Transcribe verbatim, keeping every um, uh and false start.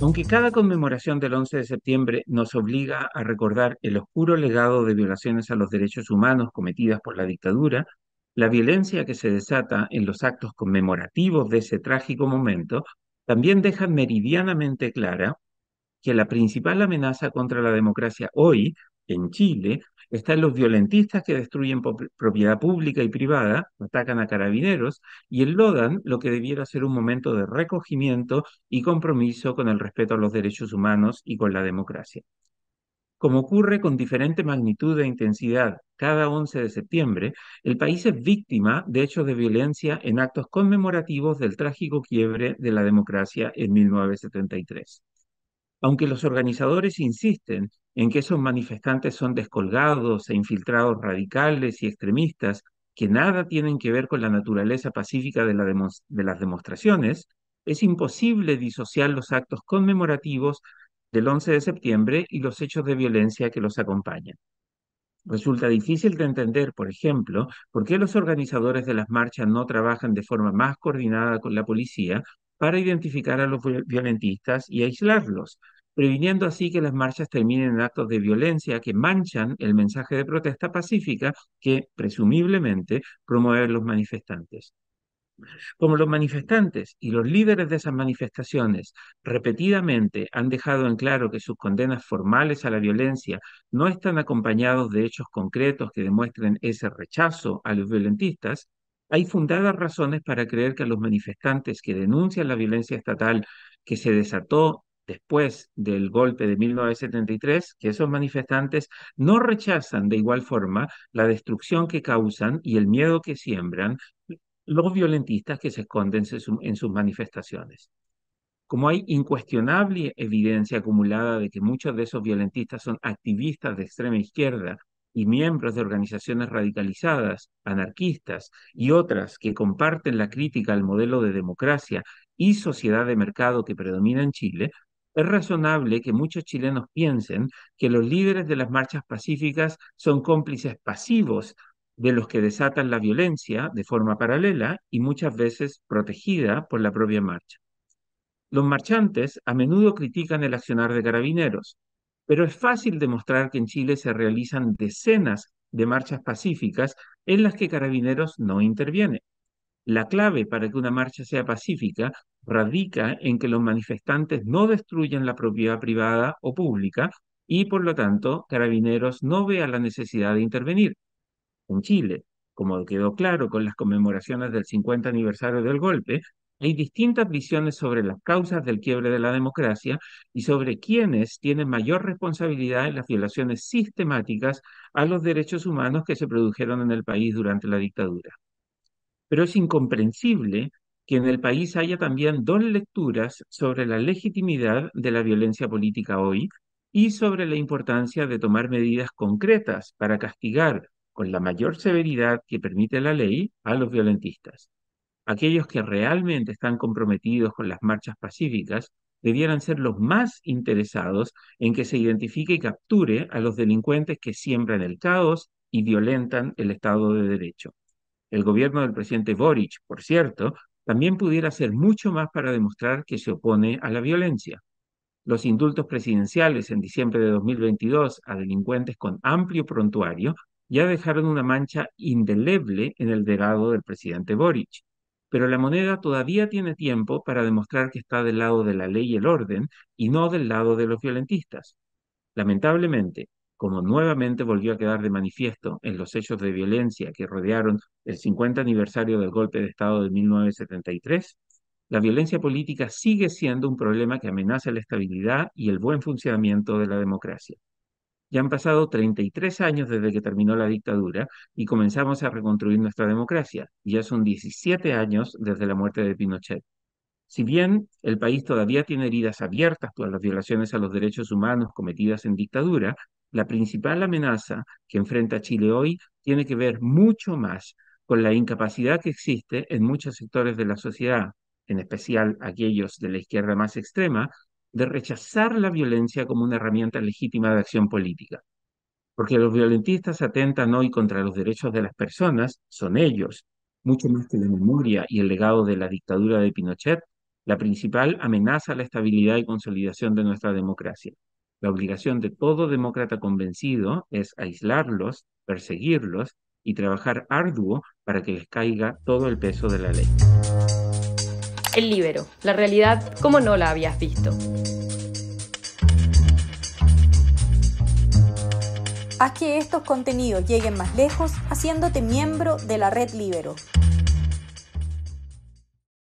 Aunque cada conmemoración del once de septiembre nos obliga a recordar el oscuro legado de violaciones a los derechos humanos cometidas por la dictadura, la violencia que se desata en los actos conmemorativos de ese trágico momento también deja meridianamente clara que la principal amenaza contra la democracia hoy, en Chile, está en los violentistas que destruyen po- propiedad pública y privada, atacan a carabineros y enlodan lo que debiera ser un momento de recogimiento y compromiso con el respeto a los derechos humanos y con la democracia. Como ocurre con diferente magnitud e intensidad cada once de septiembre, el país es víctima de hechos de violencia en actos conmemorativos del trágico quiebre de la democracia en mil novecientos setenta y tres. Aunque los organizadores insisten en que esos manifestantes son descolgados e infiltrados radicales y extremistas que nada tienen que ver con la naturaleza pacífica de, la demos- de las demostraciones, es imposible disociar los actos conmemorativos del once de septiembre y los hechos de violencia que los acompañan. Resulta difícil de entender, por ejemplo, por qué los organizadores de las marchas no trabajan de forma más coordinada con la policía para identificar a los vi- violentistas y aislarlos, previniendo así que las marchas terminen en actos de violencia que manchan el mensaje de protesta pacífica que, presumiblemente, promueven los manifestantes. Como los manifestantes y los líderes de esas manifestaciones repetidamente han dejado en claro que sus condenas formales a la violencia no están acompañados de hechos concretos que demuestren ese rechazo a los violentistas, hay fundadas razones para creer que a los manifestantes que denuncian la violencia estatal que se desató después del golpe de mil novecientos setenta y tres, que esos manifestantes no rechazan de igual forma la destrucción que causan y el miedo que siembran los violentistas que se esconden en su- en sus manifestaciones. Como hay incuestionable evidencia acumulada de que muchos de esos violentistas son activistas de extrema izquierda y miembros de organizaciones radicalizadas, anarquistas y otras que comparten la crítica al modelo de democracia y sociedad de mercado que predomina en Chile, es razonable que muchos chilenos piensen que los líderes de las marchas pacíficas son cómplices pasivos de los que desatan la violencia de forma paralela y muchas veces protegida por la propia marcha. Los marchantes a menudo critican el accionar de carabineros, pero es fácil demostrar que en Chile se realizan decenas de marchas pacíficas en las que carabineros no interviene. La clave para que una marcha sea pacífica radica en que los manifestantes no destruyan la propiedad privada o pública y, por lo tanto, carabineros no vea la necesidad de intervenir. En Chile, como quedó claro con las conmemoraciones del cincuenta aniversario del golpe, hay distintas visiones sobre las causas del quiebre de la democracia y sobre quiénes tienen mayor responsabilidad en las violaciones sistemáticas a los derechos humanos que se produjeron en el país durante la dictadura. Pero es incomprensible que en el país haya también dos lecturas sobre la legitimidad de la violencia política hoy y sobre la importancia de tomar medidas concretas para castigar con la mayor severidad que permite la ley a los violentistas. Aquellos que realmente están comprometidos con las marchas pacíficas debieran ser los más interesados en que se identifique y capture a los delincuentes que siembran el caos y violentan el Estado de Derecho. El gobierno del presidente Boric, por cierto, también pudiera hacer mucho más para demostrar que se opone a la violencia. Los indultos presidenciales en diciembre de dos mil veintidós a delincuentes con amplio prontuario ya dejaron una mancha indeleble en el legado del presidente Boric. Pero la moneda todavía tiene tiempo para demostrar que está del lado de la ley y el orden y no del lado de los violentistas. Lamentablemente, como nuevamente volvió a quedar de manifiesto en los hechos de violencia que rodearon el cincuenta aniversario del golpe de Estado de mil novecientos setenta y tres, la violencia política sigue siendo un problema que amenaza la estabilidad y el buen funcionamiento de la democracia. Ya han pasado treinta y tres años desde que terminó la dictadura y comenzamos a reconstruir nuestra democracia. Y ya son diecisiete años desde la muerte de Pinochet. Si bien el país todavía tiene heridas abiertas por las violaciones a los derechos humanos cometidas en dictadura, la principal amenaza que enfrenta Chile hoy tiene que ver mucho más con la incapacidad que existe en muchos sectores de la sociedad, en especial aquellos de la izquierda más extrema, de rechazar la violencia como una herramienta legítima de acción política. Porque los violentistas atentan hoy contra los derechos de las personas, son ellos, mucho más que la memoria y el legado de la dictadura de Pinochet, la principal amenaza a la estabilidad y consolidación de nuestra democracia. La obligación de todo demócrata convencido es aislarlos, perseguirlos y trabajar arduo para que les caiga todo el peso de la ley. El Líbero, la realidad como no la habías visto. Haz que estos contenidos lleguen más lejos haciéndote miembro de la Red Líbero.